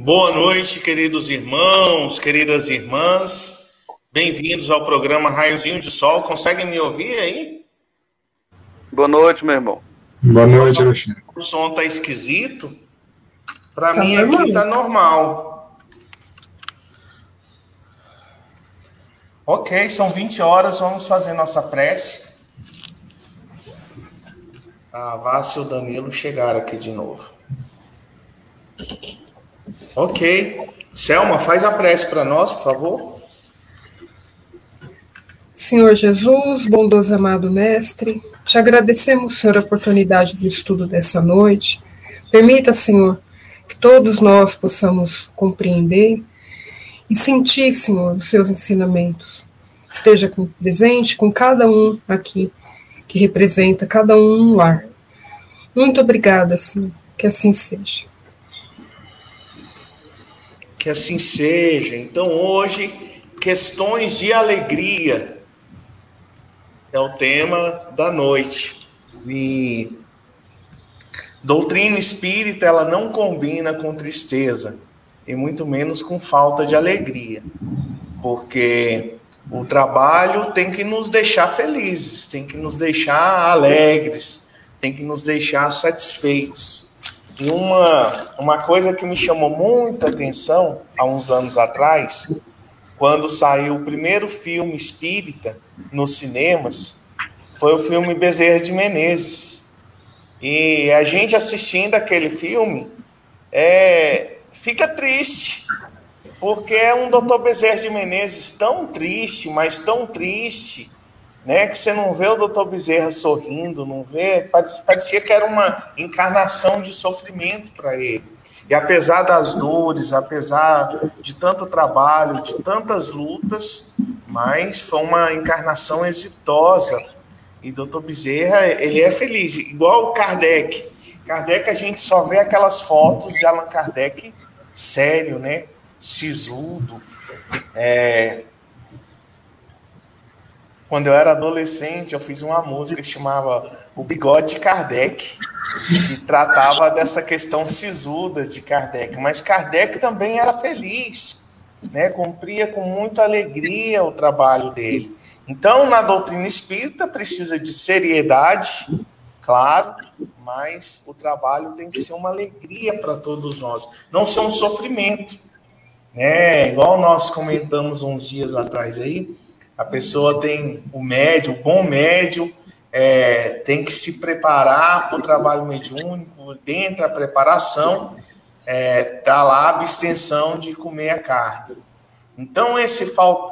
Boa noite, queridos irmãos, queridas irmãs. Bem-vindos ao programa Raiozinho de Sol. Conseguem me ouvir aí? Boa noite, meu irmão. Boa noite, Alexandre. O som tá esquisito? Para mim aqui tá normal. Ok, são 20 horas, vamos fazer nossa prece. A Vássia e o Danilo chegaram aqui de novo. Ok. Selma, faz a prece para nós, por favor. Senhor Jesus, bondoso amado Mestre, te agradecemos, Senhor, a oportunidade do estudo dessa noite. Permita, Senhor, que todos nós possamos compreender e sentir, Senhor, os seus ensinamentos. Esteja presente com cada um aqui, que representa cada um no lar. Muito obrigada, Senhor, que assim seja. Que assim seja. Então, hoje, questões de alegria é o tema da noite. E doutrina espírita, ela não combina com tristeza, e muito menos com falta de alegria, porque o trabalho tem que nos deixar felizes, tem que nos deixar alegres, tem que nos deixar satisfeitos. E uma coisa que me chamou muita atenção há uns anos atrás, quando saiu o primeiro filme espírita nos cinemas, foi o filme Bezerra de Menezes. E a gente assistindo aquele filme fica triste, porque é um Dr. Bezerra de Menezes tão triste, mas tão triste, né, que você não vê o Dr. Bezerra sorrindo, não vê, parecia que era uma encarnação de sofrimento para ele. E apesar das dores, apesar de tanto trabalho, de tantas lutas, mas foi uma encarnação exitosa. E Dr. Bezerra, ele é feliz, igual o Kardec. Kardec, a gente só vê aquelas fotos de Allan Kardec sério, né, sisudo. Quando eu era adolescente, eu fiz uma música que chamava O Bigode de Kardec, que tratava dessa questão sisuda de Kardec. Mas Kardec também era feliz, né? Cumpria com muita alegria o trabalho dele. Então, na doutrina espírita, precisa de seriedade, claro, mas o trabalho tem que ser uma alegria para todos nós, não ser um sofrimento, né? Igual nós comentamos uns dias atrás aí, a pessoa tem o bom médio, tem que se preparar para o trabalho mediúnico. Dentro da preparação, está lá a abstenção de comer a carne. Então, esse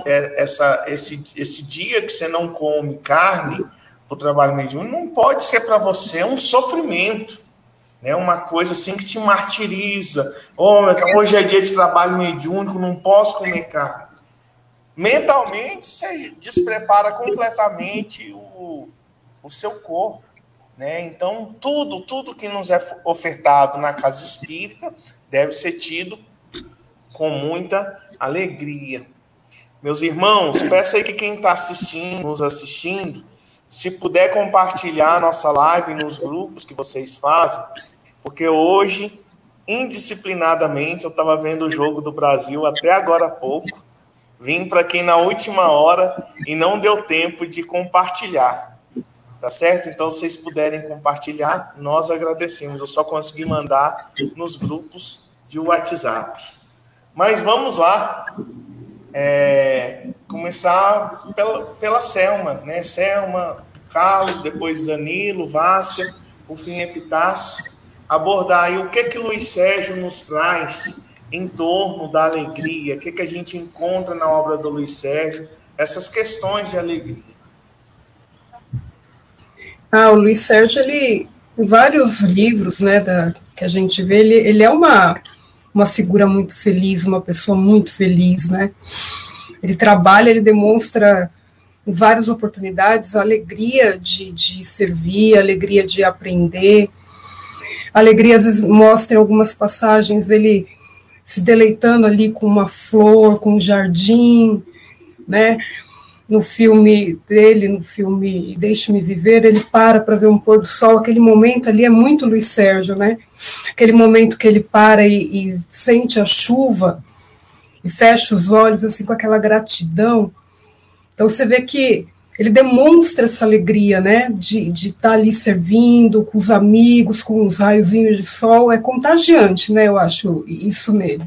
dia que você não come carne para o trabalho mediúnico não pode ser para você um sofrimento, né? Uma coisa assim que te martiriza. Hoje é dia de trabalho mediúnico, não posso comer carne. Mentalmente, você desprepara completamente o seu corpo, né? Então, tudo que nos é ofertado na casa espírita deve ser tido com muita alegria. Meus irmãos, peço aí que quem está nos assistindo, se puder compartilhar a nossa live nos grupos que vocês fazem, porque hoje, indisciplinadamente, eu estava vendo o jogo do Brasil até agora há pouco, vim para quem na última hora e não deu tempo de compartilhar. Tá certo? Então, se vocês puderem compartilhar, nós agradecemos. Eu só consegui mandar nos grupos de WhatsApp. Mas vamos lá. Começar pela Selma, né? Selma, Carlos, depois Danilo, Vássia, por fim Epitácio. Abordar aí o que Luiz Sérgio nos traz em torno da alegria, o que a gente encontra na obra do Luiz Sérgio, essas questões de alegria. O Luiz Sérgio, ele, em vários livros, né, que a gente vê, ele é uma figura muito feliz, uma pessoa muito feliz, né? Ele trabalha, ele demonstra em várias oportunidades a alegria de servir, a alegria de aprender, a alegria, às vezes, mostra em algumas passagens ele se deleitando ali com uma flor, com um jardim, né? no filme dele, no filme Deixe-me Viver, ele para ver um pôr do sol, aquele momento ali é muito Luiz Sérgio, né? Aquele momento que ele para e sente a chuva e fecha os olhos assim com aquela gratidão. Então você vê que ele demonstra essa alegria, né, de estar ali servindo com os amigos, com os raiozinhos de sol, é contagiante, né, eu acho isso nele.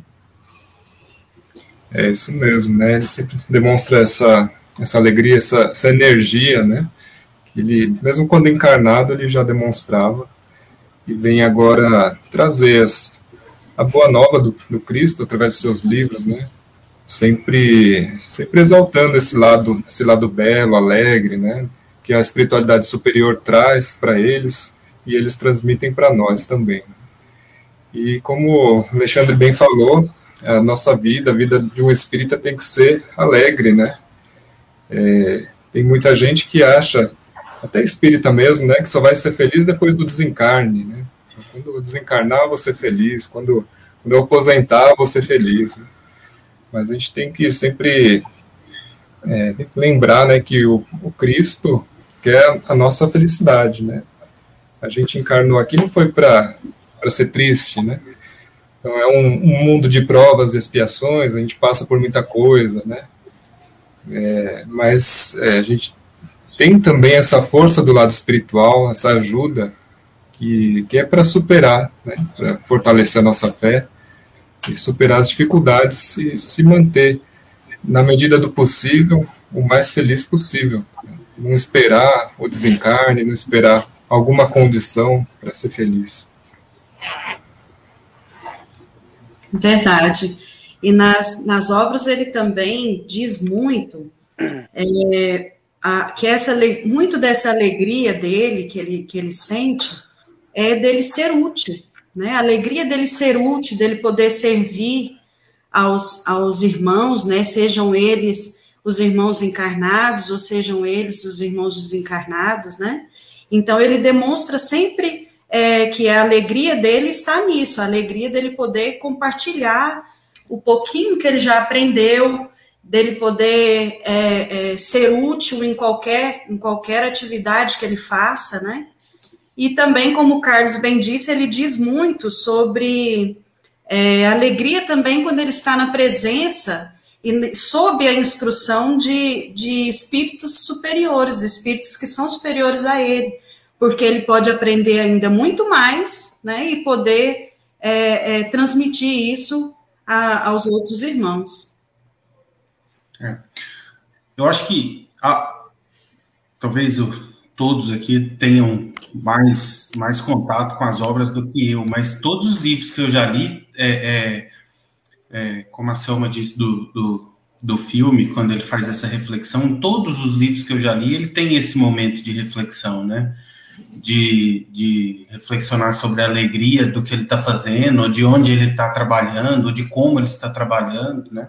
É isso mesmo, né, ele sempre demonstra essa alegria, essa energia, né, que ele, mesmo quando encarnado, ele já demonstrava, e vem agora trazer a boa nova do Cristo, através de seus livros, né, sempre exaltando esse lado belo, alegre, né, que a espiritualidade superior traz para eles e eles transmitem para nós também. E como o Alexandre bem falou, a nossa vida, a vida de um espírita tem que ser alegre, né? Tem muita gente que acha, até espírita mesmo, né, que só vai ser feliz depois do desencarne, né? Quando eu desencarnar, eu vou ser feliz, quando eu aposentar, eu vou ser feliz, né? Mas a gente tem que sempre tem que lembrar, né, que o Cristo quer a nossa felicidade, né? A gente encarnou aqui não foi para ser triste, né? Então é um mundo de provas e expiações, a gente passa por muita coisa, né? Mas a gente tem também essa força do lado espiritual, essa ajuda que é para superar, né? Para fortalecer a nossa fé e superar as dificuldades e se manter, na medida do possível, o mais feliz possível. Não esperar o desencarne, não esperar alguma condição para ser feliz. Verdade. E nas obras ele também diz muito que muito dessa alegria dele, que ele sente, é dele ser útil. Né, a alegria dele ser útil, dele poder servir aos irmãos, né, sejam eles os irmãos encarnados, ou sejam eles os irmãos desencarnados, né? Então, ele demonstra sempre que a alegria dele está nisso, a alegria dele poder compartilhar o pouquinho que ele já aprendeu, dele poder ser útil em qualquer atividade que ele faça, né? E também, como o Carlos bem disse, ele diz muito sobre alegria também quando ele está na presença e sob a instrução de espíritos superiores, espíritos que são superiores a ele, porque ele pode aprender ainda muito mais, né, e poder transmitir isso aos outros irmãos. Eu acho que talvez todos aqui tenham mais contato com as obras do que eu, mas todos os livros que eu já li, como a Selma disse do filme, quando ele faz essa reflexão, todos os livros que eu já li, ele tem esse momento de reflexão, né? De reflexionar sobre a alegria do que ele está fazendo, de onde ele está trabalhando, de como ele está trabalhando, né?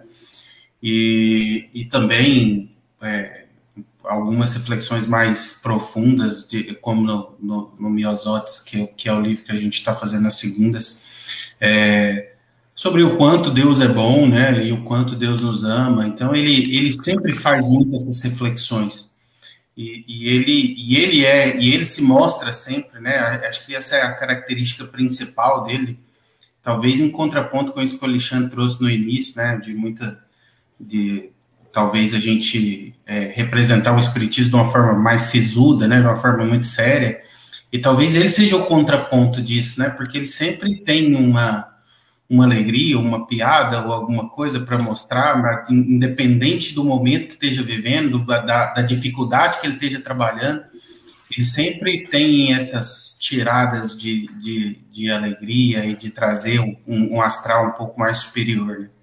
E também algumas reflexões mais profundas, como no Miosotes, que é o livro que a gente está fazendo nas segundas, sobre o quanto Deus é bom, né, e o quanto Deus nos ama. Então, ele sempre faz muitas essas reflexões. E ele se mostra sempre, né, acho que essa é a característica principal dele, talvez em contraponto com isso que o Alexandre trouxe no início, né, talvez a gente representar o espiritismo de uma forma mais sisuda, né, de uma forma muito séria, e talvez ele seja o contraponto disso, né, porque ele sempre tem uma alegria, uma piada ou alguma coisa para mostrar, mas independente do momento que esteja vivendo, da dificuldade que ele esteja trabalhando, ele sempre tem essas tiradas de alegria e de trazer um astral um pouco mais superior, né?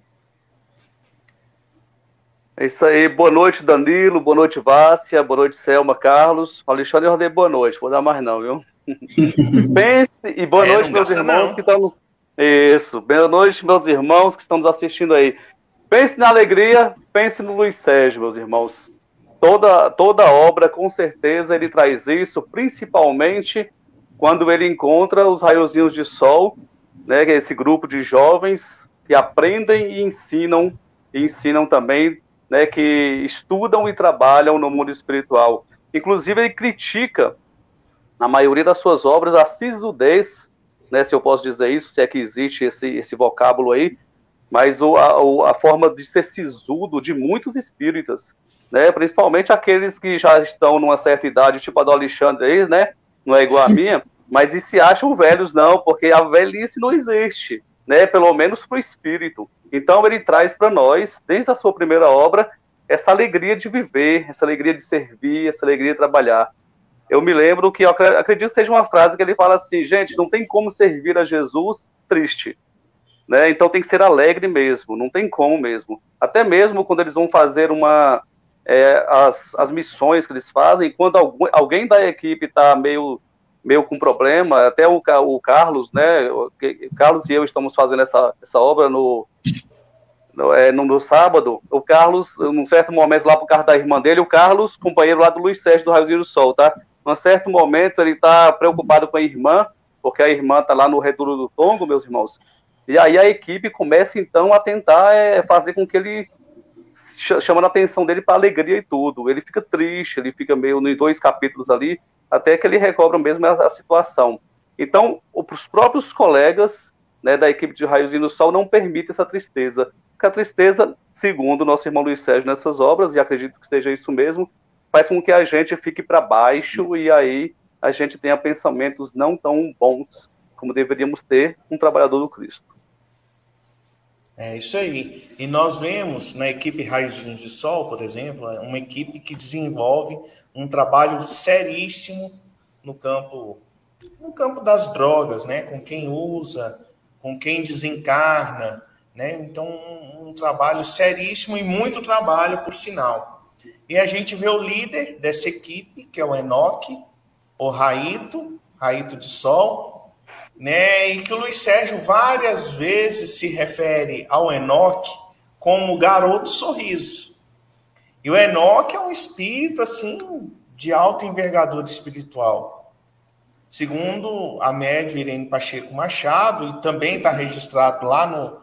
É isso aí, boa noite Danilo, boa noite Vácia, boa noite Selma, Carlos, Alexandre, eu dei boa noite, vou dar mais não, viu? Pense, e boa noite meus irmãos que estão nos... Isso, boa noite meus irmãos que estão nos assistindo aí. Pense na alegria, pense no Luiz Sérgio, meus irmãos. Toda obra, com certeza, ele traz isso, principalmente quando ele encontra os raiozinhos de sol, né, que é esse grupo de jovens que aprendem e ensinam também né, que estudam e trabalham no mundo espiritual. Inclusive, ele critica, na maioria das suas obras, a sisudez, né, se eu posso dizer isso, se é que existe esse vocábulo aí, mas a forma de ser sisudo de muitos espíritas, né, principalmente aqueles que já estão numa certa idade, tipo a do Alexandre aí, né, não é igual a minha, mas e se acham velhos, não, porque a velhice não existe, né, pelo menos para o espírito. Então ele traz para nós, desde a sua primeira obra, essa alegria de viver, essa alegria de servir, essa alegria de trabalhar. Eu me lembro que, eu acredito que seja uma frase que ele fala assim, gente, não tem como servir a Jesus triste, né? Então tem que ser alegre mesmo, não tem como mesmo. Até mesmo quando eles vão fazer as missões que eles fazem, quando alguém da equipe está meio com problema, até o Carlos, né? Carlos e eu estamos fazendo essa obra no sábado. O Carlos, num certo momento, lá por causa da irmã dele, o Carlos, companheiro lá do Luiz Sérgio do Raiozinho do Sol, tá? Num certo momento, ele tá preocupado com a irmã, porque a irmã tá lá no Redouro do Tongo, meus irmãos. E aí a equipe começa, então, a tentar fazer com que ele, chamando a atenção dele para alegria e tudo. Ele fica triste, ele fica meio nos 2 capítulos ali, até que ele recobra mesmo a situação. Então, os próprios colegas, né, da equipe de Raiozinho do Sol não permitem essa tristeza. Porque a tristeza, segundo o nosso irmão Luiz Sérgio nessas obras, e acredito que seja isso mesmo, faz com que a gente fique para baixo e aí a gente tenha pensamentos não tão bons como deveríamos ter um trabalhador do Cristo. É isso aí. E nós vemos na equipe Raiozinhos de Sol, por exemplo, uma equipe que desenvolve um trabalho seríssimo no campo das drogas, né? Com quem usa, com quem desencarna, né? Então, um trabalho seríssimo e muito trabalho, por sinal. E a gente vê o líder dessa equipe, que é o Enoque, o Raito de Sol, né? E que o Luiz Sérgio várias vezes se refere ao Enoque como garoto sorriso. E o Enoque é um espírito, assim, de alta envergadura espiritual. Segundo a médium Irene Pacheco Machado, e também está registrado lá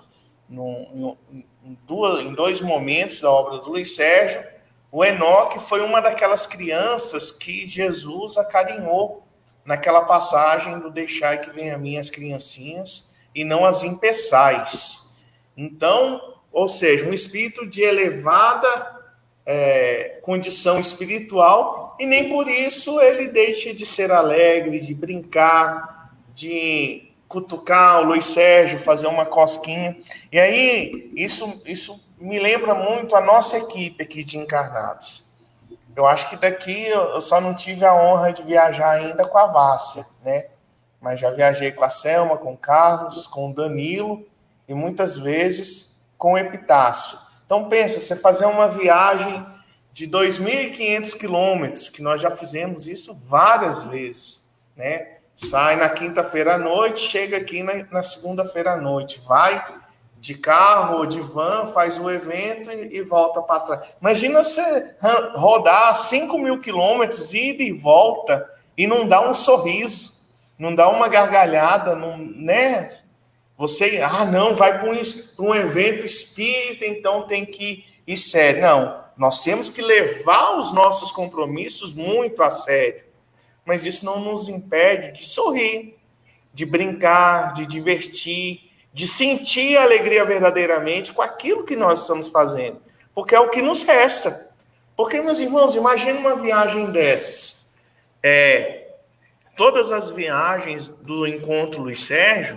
em 2 momentos da obra do Luiz Sérgio, o Enoque foi uma daquelas crianças que Jesus acarinhou naquela passagem do deixai que venha a mim as criancinhas e não as impeçais. Então, ou seja, um espírito de elevada condição espiritual, e nem por isso ele deixa de ser alegre, de brincar, de cutucar o Luiz Sérgio, fazer uma cosquinha. E aí, isso me lembra muito a nossa equipe aqui de encarnados. Eu acho que daqui eu só não tive a honra de viajar ainda com a Vássia, né? Mas já viajei com a Selma, com o Carlos, com o Danilo e muitas vezes com o Epitácio. Então pensa, você fazer uma viagem de 2.500 quilômetros, que nós já fizemos isso várias vezes, né? Sai na quinta-feira à noite, chega aqui na segunda-feira à noite, vai de carro ou de van, faz o evento e volta para trás. Imagina você rodar 5.000 quilômetros, ida e volta, e não dá um sorriso, não dá uma gargalhada, não, né? Você, não, vai para um evento espírita, então tem que ir sério. Não, nós temos que levar os nossos compromissos muito a sério. Mas isso não nos impede de sorrir, de brincar, de divertir, de sentir a alegria verdadeiramente com aquilo que nós estamos fazendo. Porque é o que nos resta. Porque, meus irmãos, imagine uma viagem dessas. Todas as viagens do Encontro Luiz Sérgio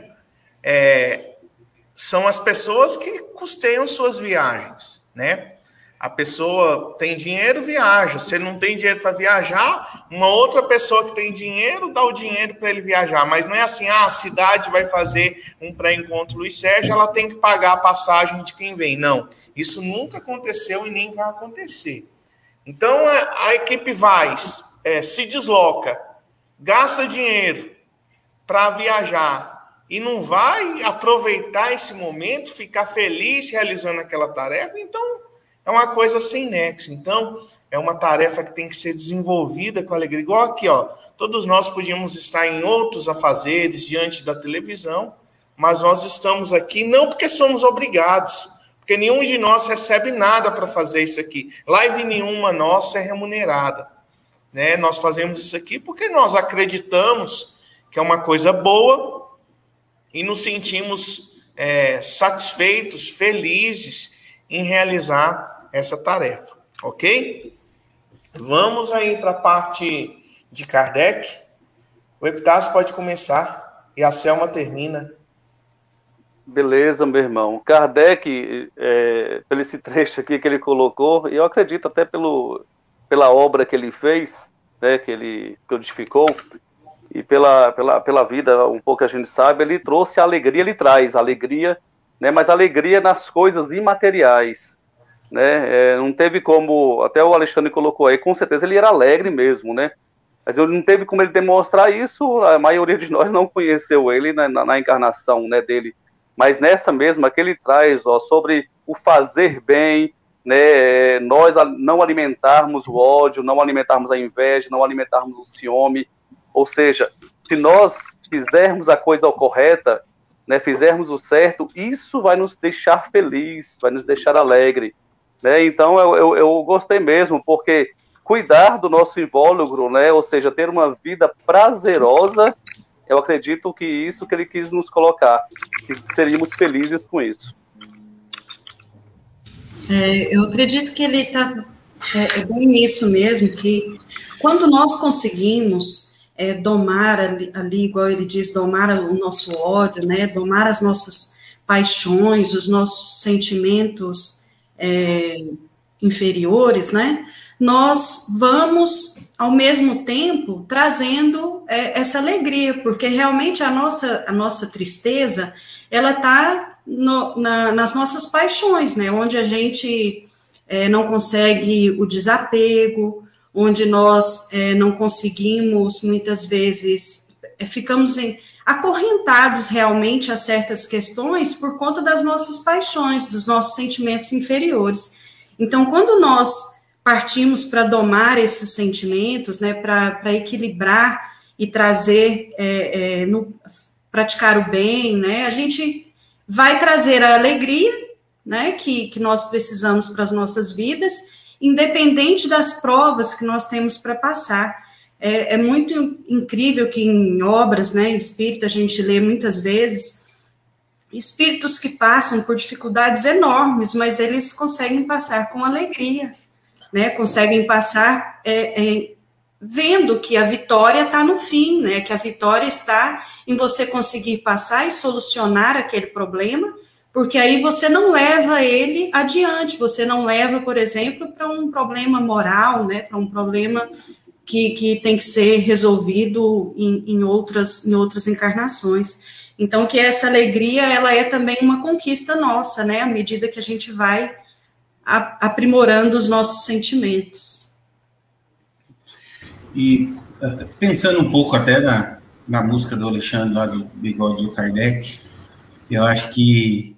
são as pessoas que custeiam suas viagens, né? A pessoa tem dinheiro, viaja. Se ele não tem dinheiro para viajar, uma outra pessoa que tem dinheiro dá o dinheiro para ele viajar. Mas não é assim, a cidade vai fazer um pré-encontro Luiz Sérgio, ela tem que pagar a passagem de quem vem. Não, isso nunca aconteceu e nem vai acontecer. Então, a equipe vai, se desloca, gasta dinheiro para viajar e não vai aproveitar esse momento, ficar feliz realizando aquela tarefa, então é uma coisa sem nexo. Então, é uma tarefa que tem que ser desenvolvida com alegria. Igual aqui, ó, todos nós podíamos estar em outros afazeres diante da televisão, mas nós estamos aqui não porque somos obrigados, Porque nenhum de nós recebe nada para fazer isso aqui. Live nenhuma nossa é remunerada, né? Nós fazemos isso aqui porque nós acreditamos que é uma coisa boa e nos sentimos satisfeitos, felizes em realizar essa tarefa, ok? Vamos aí para a parte de Kardec. O Epitácio pode começar e a Selma termina. Beleza, meu irmão. Kardec, pelo esse trecho aqui que ele colocou, e eu acredito até pela obra que ele fez, né, que ele codificou, e pela vida, um pouco a gente sabe, ele trouxe a alegria, ele traz alegria, né, mas alegria nas coisas imateriais, né, não teve como, até o Alexandre colocou aí, com certeza ele era alegre mesmo, né, mas não teve como ele demonstrar isso, a maioria de nós não conheceu ele na encarnação, né, dele, mas nessa mesma que ele traz, ó, sobre o fazer bem, né, nós não alimentarmos o ódio, não alimentarmos a inveja, não alimentarmos o ciúme, ou seja, se nós fizermos a coisa correta, né, fizermos o certo, isso vai nos deixar feliz, vai nos deixar alegre, né? Então eu gostei mesmo, porque cuidar do nosso invólucro, né, ou seja, ter uma vida prazerosa, eu acredito que isso que ele quis nos colocar, que seríamos felizes com isso. Eu acredito que ele está bem nisso mesmo, que quando nós conseguimos domar ali, igual ele diz, domar o nosso ódio, né, domar as nossas paixões, os nossos sentimentos inferiores, né, nós vamos, ao mesmo tempo, trazendo essa alegria, porque realmente a nossa tristeza, ela está nas nossas paixões, né, onde a gente não consegue o desapego, onde nós não conseguimos, muitas vezes, ficamos acorrentados realmente a certas questões por conta das nossas paixões, dos nossos sentimentos inferiores. Então, quando nós partimos para domar esses sentimentos, né, para equilibrar e trazer, praticar o bem, né, a gente vai trazer a alegria, né, que nós precisamos para as nossas vidas, independente das provas que nós temos para passar. É muito incrível que em obras, né, espírita, a gente lê muitas vezes espíritos que passam por dificuldades enormes, mas eles conseguem passar com alegria, né, conseguem passar vendo que a vitória está no fim, né, que a vitória está em você conseguir passar e solucionar aquele problema, porque aí você não leva ele adiante, você não leva, por exemplo, para um problema moral, né, para um problema que tem que ser resolvido em outras encarnações. Então, que essa alegria, ela é também uma conquista nossa, né, à medida que a gente vai aprimorando os nossos sentimentos. E pensando um pouco até na música do Alexandre, lá do Bigode do Kardec, eu acho que,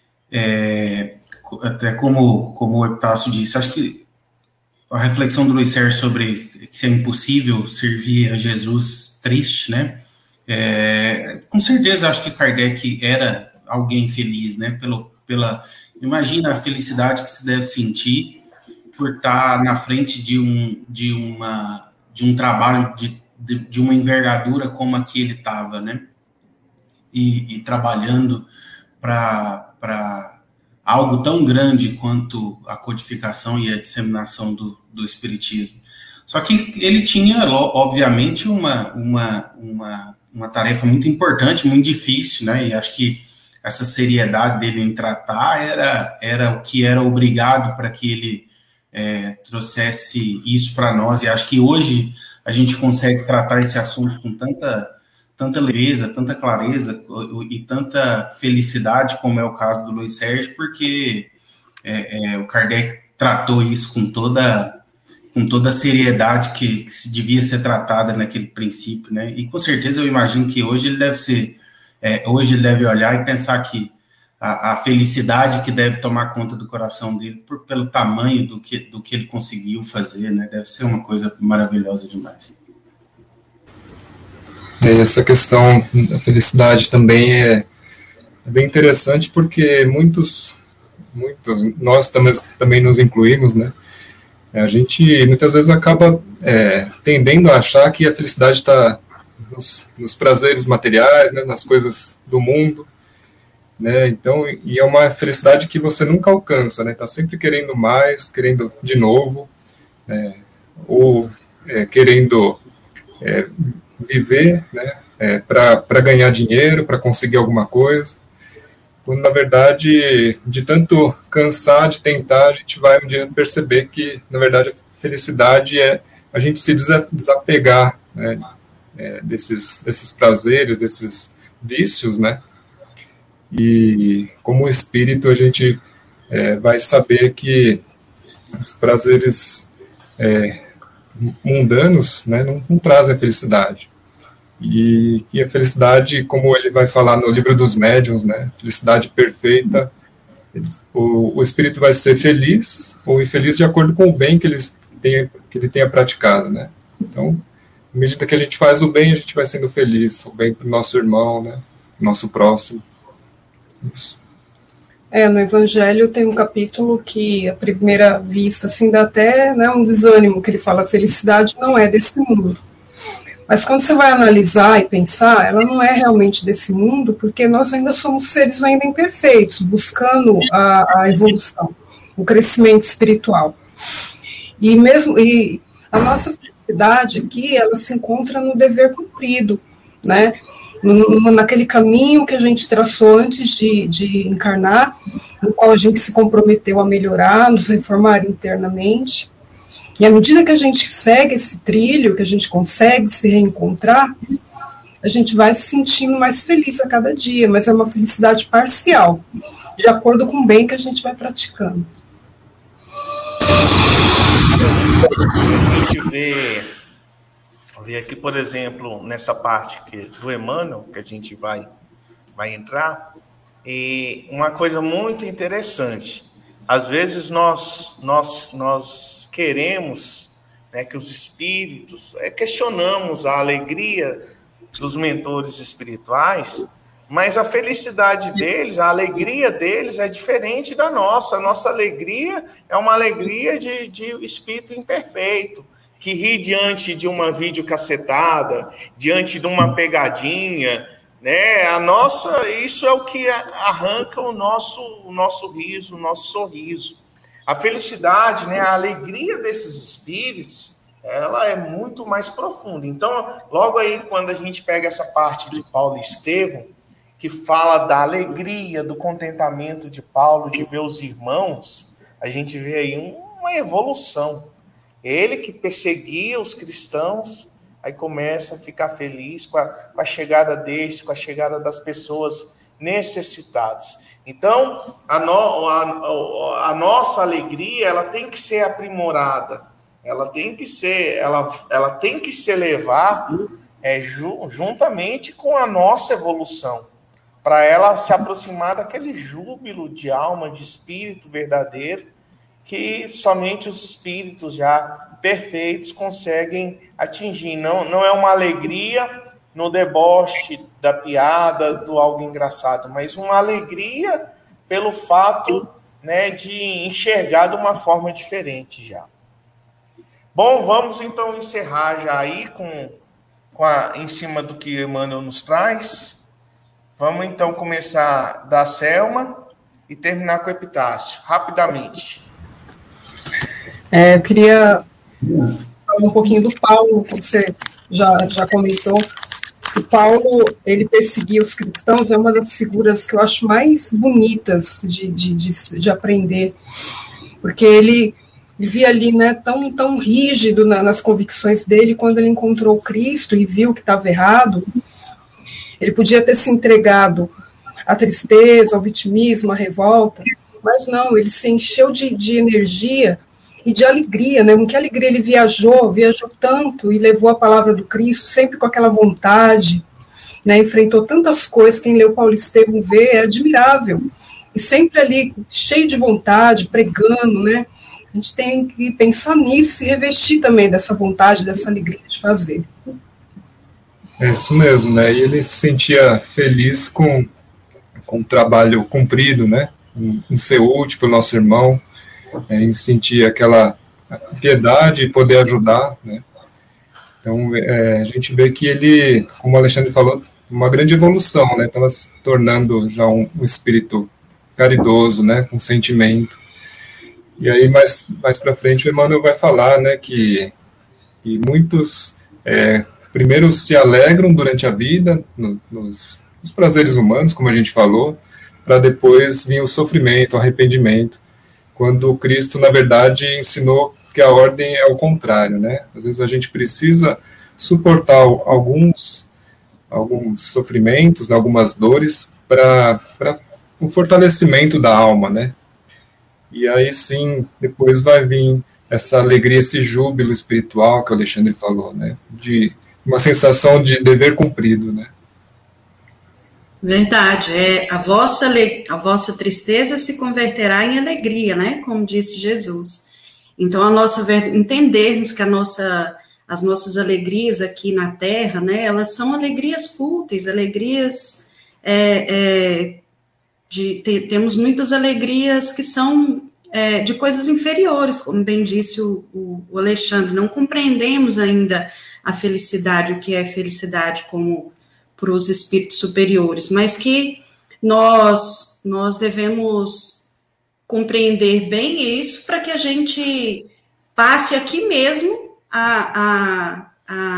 até como o Epitácio disse, acho que a reflexão do Luiz Sérgio sobre que é impossível servir a Jesus triste, né? Com certeza, acho que Kardec era alguém feliz, né? Imagina a felicidade que se deve sentir por estar na frente de um trabalho de uma envergadura como a que ele estava, né? E trabalhando para algo tão grande quanto a codificação e a disseminação do Espiritismo. Só que ele tinha, obviamente, uma tarefa muito importante, muito difícil, né? E acho que essa seriedade dele em tratar era o que era obrigado para que ele trouxesse isso para nós. E acho que hoje a gente consegue tratar esse assunto com tanta leveza, tanta clareza e tanta felicidade, como é o caso do Luiz Sérgio, porque o Kardec tratou isso com toda a seriedade que se devia ser tratada naquele princípio, né? E com certeza eu imagino que hoje ele deve olhar e pensar que a felicidade que deve tomar conta do coração dele pelo tamanho do que ele conseguiu fazer, né? Deve ser uma coisa maravilhosa demais. Essa questão da felicidade também é bem interessante, porque muitos nós também nos incluímos, né? A gente muitas vezes acaba tendendo a achar que a felicidade está nos prazeres materiais, né, nas coisas do mundo, né? Então, e é uma felicidade que você nunca alcança, né? Tá sempre querendo mais, querendo de novo, ou querendo viver, né? Para ganhar dinheiro, para conseguir alguma coisa. Quando, na verdade, de tanto cansar de tentar, a gente vai um dia perceber que, na verdade, a felicidade é a gente se desapegar, né, desses prazeres, desses vícios, né? E como espírito a gente vai saber que os prazeres mundanos, né, não trazem a felicidade. E que a felicidade, como ele vai falar no livro dos médiuns, né, felicidade perfeita, o espírito vai ser feliz ou infeliz de acordo com o bem que ele tenha praticado, né? Então, à medida que a gente faz o bem, a gente vai sendo feliz, o bem para o nosso irmão, né, nosso próximo. Isso. No Evangelho tem um capítulo que, à primeira vista, assim, dá até, né, um desânimo, que ele fala: a felicidade não é desse mundo. Mas quando você vai analisar e pensar, ela não é realmente desse mundo, porque nós ainda somos seres ainda imperfeitos, buscando a evolução, o crescimento espiritual. E a nossa felicidade aqui, ela se encontra no dever cumprido, né? Naquele caminho que a gente traçou antes de encarnar, no qual a gente se comprometeu a melhorar, nos reformar internamente. E à medida que a gente segue esse trilho, que a gente consegue se reencontrar, a gente vai se sentindo mais feliz a cada dia, mas é uma felicidade parcial, de acordo com o bem que a gente vai praticando. A gente vê aqui, por exemplo, nessa parte do Emmanuel, que a gente vai entrar, e uma coisa muito interessante. Às vezes nós queremos, né, que os espíritos, questionamos a alegria dos mentores espirituais, mas a felicidade deles, a alegria deles é diferente da nossa. A nossa alegria é uma alegria de espírito imperfeito, que ri diante de uma videocassetada, diante de uma pegadinha, né? Isso é o que arranca o nosso riso, o nosso sorriso. A felicidade, né, a alegria desses espíritos, ela é muito mais profunda. Então, logo aí, quando a gente pega essa parte de Paulo e Estevão, que fala da alegria, do contentamento de Paulo, de ver os irmãos, a gente vê aí uma evolução. Ele que perseguia os cristãos, aí começa a ficar feliz com a chegada deles, com a chegada das pessoas necessitadas. Então, a nossa alegria, ela tem que ser aprimorada, ela tem que se elevar juntamente com a nossa evolução, para ela se aproximar daquele júbilo de alma, de espírito verdadeiro, que somente os espíritos já perfeitos conseguem atingir. Não é uma alegria no deboche da piada, do algo engraçado, mas uma alegria pelo fato, né, de enxergar de uma forma diferente já. Bom, vamos então encerrar já aí em cima do que Emmanuel nos traz. Vamos então começar da Selma e terminar com o Epitácio, rapidamente. Eu queria falar um pouquinho do Paulo, como você já comentou. O Paulo, ele perseguia os cristãos, é uma das figuras que eu acho mais bonitas de aprender, porque ele vivia ali, né, tão rígido nas convicções dele. Quando ele encontrou Cristo e viu que estava errado, ele podia ter se entregado à tristeza, ao vitimismo, à revolta, mas não, ele se encheu de energia e de alegria, né? Com que alegria ele viajou tanto e levou a palavra do Cristo, sempre com aquela vontade, né? Enfrentou tantas coisas. Quem leu Paulo Estevão vê, é admirável, e sempre ali, cheio de vontade, pregando, né? A gente tem que pensar nisso e revestir também dessa vontade, dessa alegria de fazer. É isso mesmo, né? E ele se sentia feliz com o trabalho cumprido, né? em ser útil para o nosso irmão, em sentir aquela piedade e poder ajudar, né? Então, a gente vê que ele, como o Alexandre falou, uma grande evolução, né? Estava se tornando já um espírito caridoso, né? Com sentimento. E aí, mais para frente, o Emmanuel vai falar, né? Que muitos, primeiro, se alegram durante a vida, nos prazeres humanos, como a gente falou, para depois vir o sofrimento, o arrependimento, quando Cristo, na verdade, ensinou que a ordem é o contrário, né? Às vezes a gente precisa suportar alguns sofrimentos, algumas dores, para o fortalecimento da alma, né? E aí sim, depois vai vir essa alegria, esse júbilo espiritual que o Alexandre falou, né? De uma sensação de dever cumprido, né? Verdade, a vossa tristeza se converterá em alegria, né? Como disse Jesus. Então, entendermos que as nossas alegrias aqui na Terra, né? Elas são alegrias fúteis, alegrias temos muitas alegrias que são de coisas inferiores, como bem disse o Alexandre. Não compreendemos ainda a felicidade, o que é felicidade como para os espíritos superiores, mas que nós devemos compreender bem isso para que a gente passe aqui mesmo a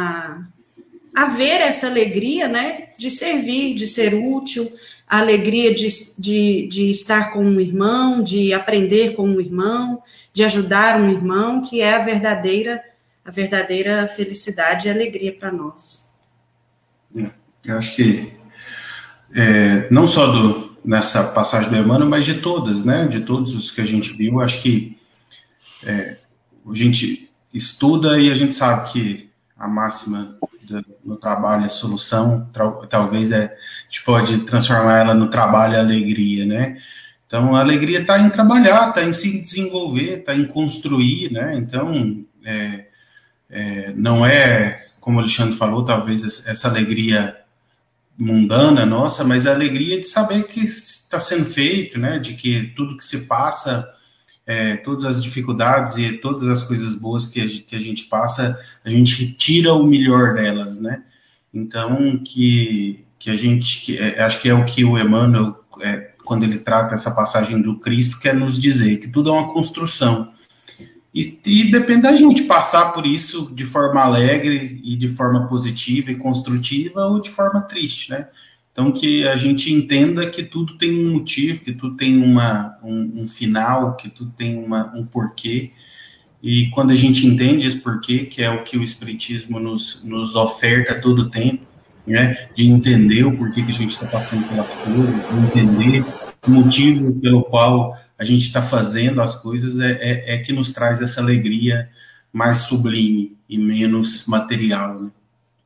ver essa alegria, né, de servir, de ser útil, a alegria de estar com um irmão, de aprender com um irmão, de ajudar um irmão, que é a verdadeira felicidade e alegria para nós. Eu acho que não só nessa passagem do Emmanuel, mas de todas, né? De todos os que a gente viu, acho que a gente estuda e a gente sabe que a máxima no trabalho é solução, talvez a gente pode transformar ela no trabalho alegria, né? Então, a alegria está em trabalhar, está em se desenvolver, está em construir, né? Então, não é, como o Alexandre falou, talvez essa alegria mundana nossa, mas a alegria de saber que está sendo feito, né, de que tudo que se passa, todas as dificuldades e todas as coisas boas que a gente passa, a gente tira o melhor delas, né? Então, acho que é o que o Emmanuel, quando ele trata essa passagem do Cristo, quer nos dizer, que tudo é uma construção. E depende da gente passar por isso de forma alegre e de forma positiva e construtiva ou de forma triste, né? Então, que a gente entenda que tudo tem um motivo, que tudo tem um final, que tudo tem um porquê. E quando a gente entende esse porquê, que é o que o Espiritismo nos oferta a todo tempo, né? De entender o porquê que a gente está passando pelas coisas, de entender o motivo pelo qual a gente está fazendo as coisas, que nos traz essa alegria mais sublime e menos material, né?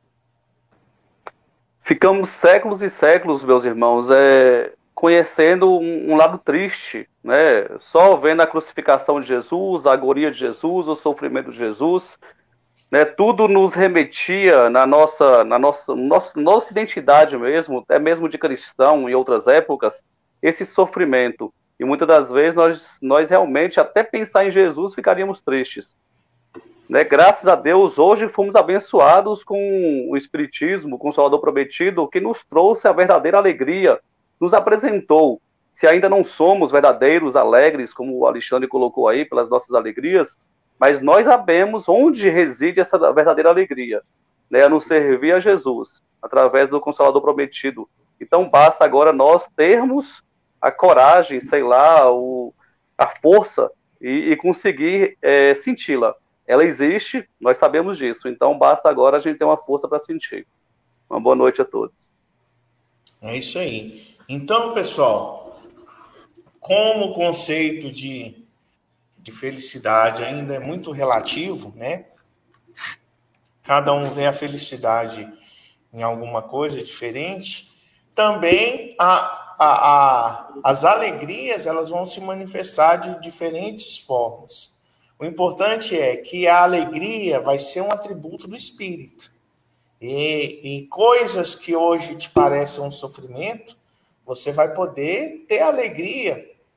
Ficamos séculos e séculos, meus irmãos, conhecendo um lado triste, né? Só vendo a crucificação de Jesus, a agonia de Jesus, o sofrimento de Jesus, né? Tudo nos remetia na nossa identidade mesmo, até mesmo de cristão em outras épocas, esse sofrimento. E muitas das vezes nós realmente, até pensar em Jesus, ficaríamos tristes. Né? Graças a Deus, hoje fomos abençoados com o Espiritismo, com o Salvador Prometido, que nos trouxe a verdadeira alegria, nos apresentou. Se ainda não somos verdadeiros, alegres, como o Alexandre colocou aí, pelas nossas alegrias, mas nós sabemos onde reside essa verdadeira alegria, né? No servir a Jesus, através do Consolador Prometido. Então, basta agora nós termos a coragem, sei lá, a força e conseguir senti-la. Ela existe, nós sabemos disso, então basta agora a gente ter uma força para sentir. Uma boa noite a todos. É isso aí. Então, pessoal, como o conceito de felicidade ainda é muito relativo, né? Cada um vê a felicidade em alguma coisa diferente, também as alegrias elas vão se manifestar de diferentes formas. O importante é que a alegria vai ser um atributo do espírito. E coisas que hoje te parecem um sofrimento, você vai poder ter alegria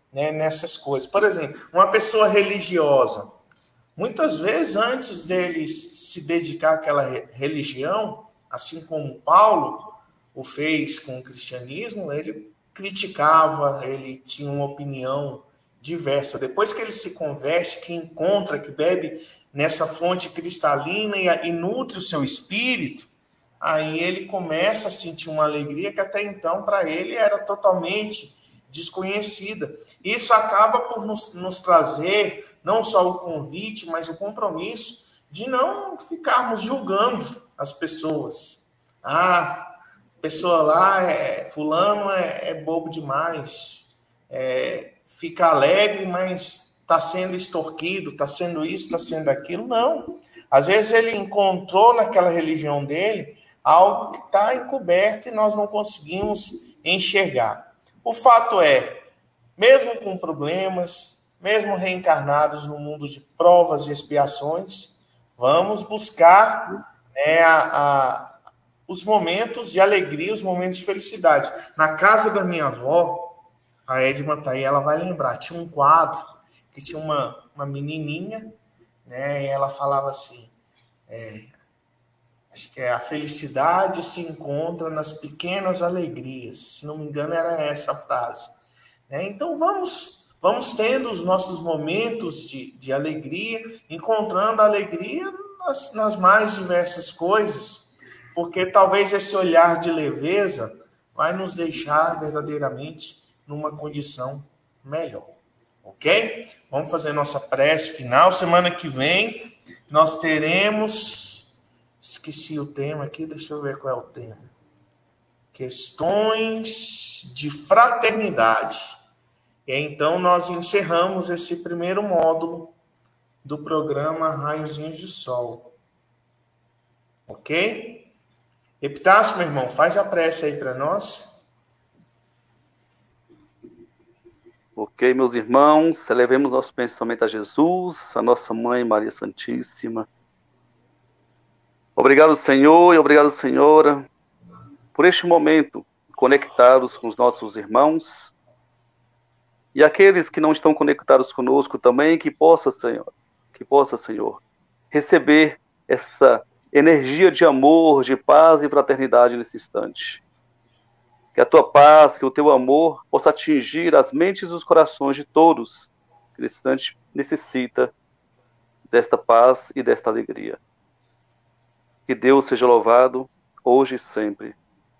né, nessas coisas. Por exemplo, uma pessoa religiosa, muitas vezes, antes dele se dedicar àquela religião, assim como Paulo o fez com o cristianismo, ele criticava, ele tinha uma opinião diversa. Depois que ele se converte, que encontra, que bebe nessa fonte cristalina e nutre o seu espírito, aí ele começa a sentir uma alegria que até então para ele era totalmente desconhecida. Isso acaba por nos trazer não só o convite, mas o compromisso de não ficarmos julgando as pessoas. Pessoa lá, fulano é bobo demais, fica alegre, mas está sendo extorquido, está sendo isso, está sendo aquilo. Não. Às vezes ele encontrou naquela religião dele algo que está encoberto e nós não conseguimos enxergar. O fato é, mesmo com problemas, mesmo reencarnados no mundo de provas e expiações, vamos buscar, né, os momentos de alegria, os momentos de felicidade. Na casa da minha avó, a Edma tá aí, ela vai lembrar, tinha um quadro que tinha uma menininha, né, e ela falava assim, acho que a felicidade se encontra nas pequenas alegrias. Se não me engano, era essa a frase. Então, vamos tendo os nossos momentos de alegria, encontrando a alegria nas mais diversas coisas, porque talvez esse olhar de leveza vai nos deixar verdadeiramente numa condição melhor. Ok? Vamos fazer nossa prece final. Semana que vem nós teremos... Esqueci o tema aqui, deixa eu ver qual é o tema. Questões de fraternidade. E então nós encerramos esse primeiro módulo do programa Raiozinhos de Sol. Ok? Epitácio, meu irmão, faz a prece aí para nós. Ok, meus irmãos, elevemos nosso pensamento a Jesus, a nossa Mãe Maria Santíssima. Obrigado, Senhor, e obrigado, Senhora, por este momento, conectados com os nossos irmãos, e aqueles que não estão conectados conosco também, que possa, Senhor, receber essa energia de amor, de paz e fraternidade nesse instante. Que a tua paz, que o teu amor possa atingir as mentes e os corações de todos que nesse instante necessita desta paz e desta alegria. Que Deus seja louvado hoje e sempre.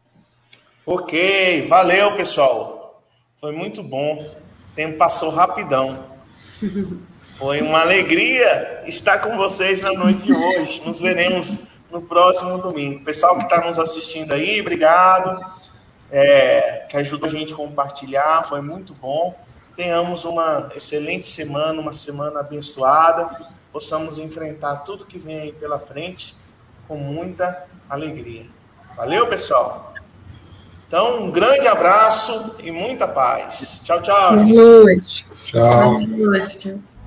Ok, valeu, pessoal. Foi muito bom. O tempo passou rapidão. Foi uma alegria estar com vocês na noite de hoje. Nos veremos no próximo domingo. Pessoal que está nos assistindo aí, obrigado. Que ajudou a gente a compartilhar. Foi muito bom. Tenhamos uma excelente semana, uma semana abençoada. Possamos enfrentar tudo que vem aí pela frente com muita alegria. Valeu, pessoal. Então, um grande abraço e muita paz. Tchau, tchau. Boa noite. Tchau. Boa noite. Tchau.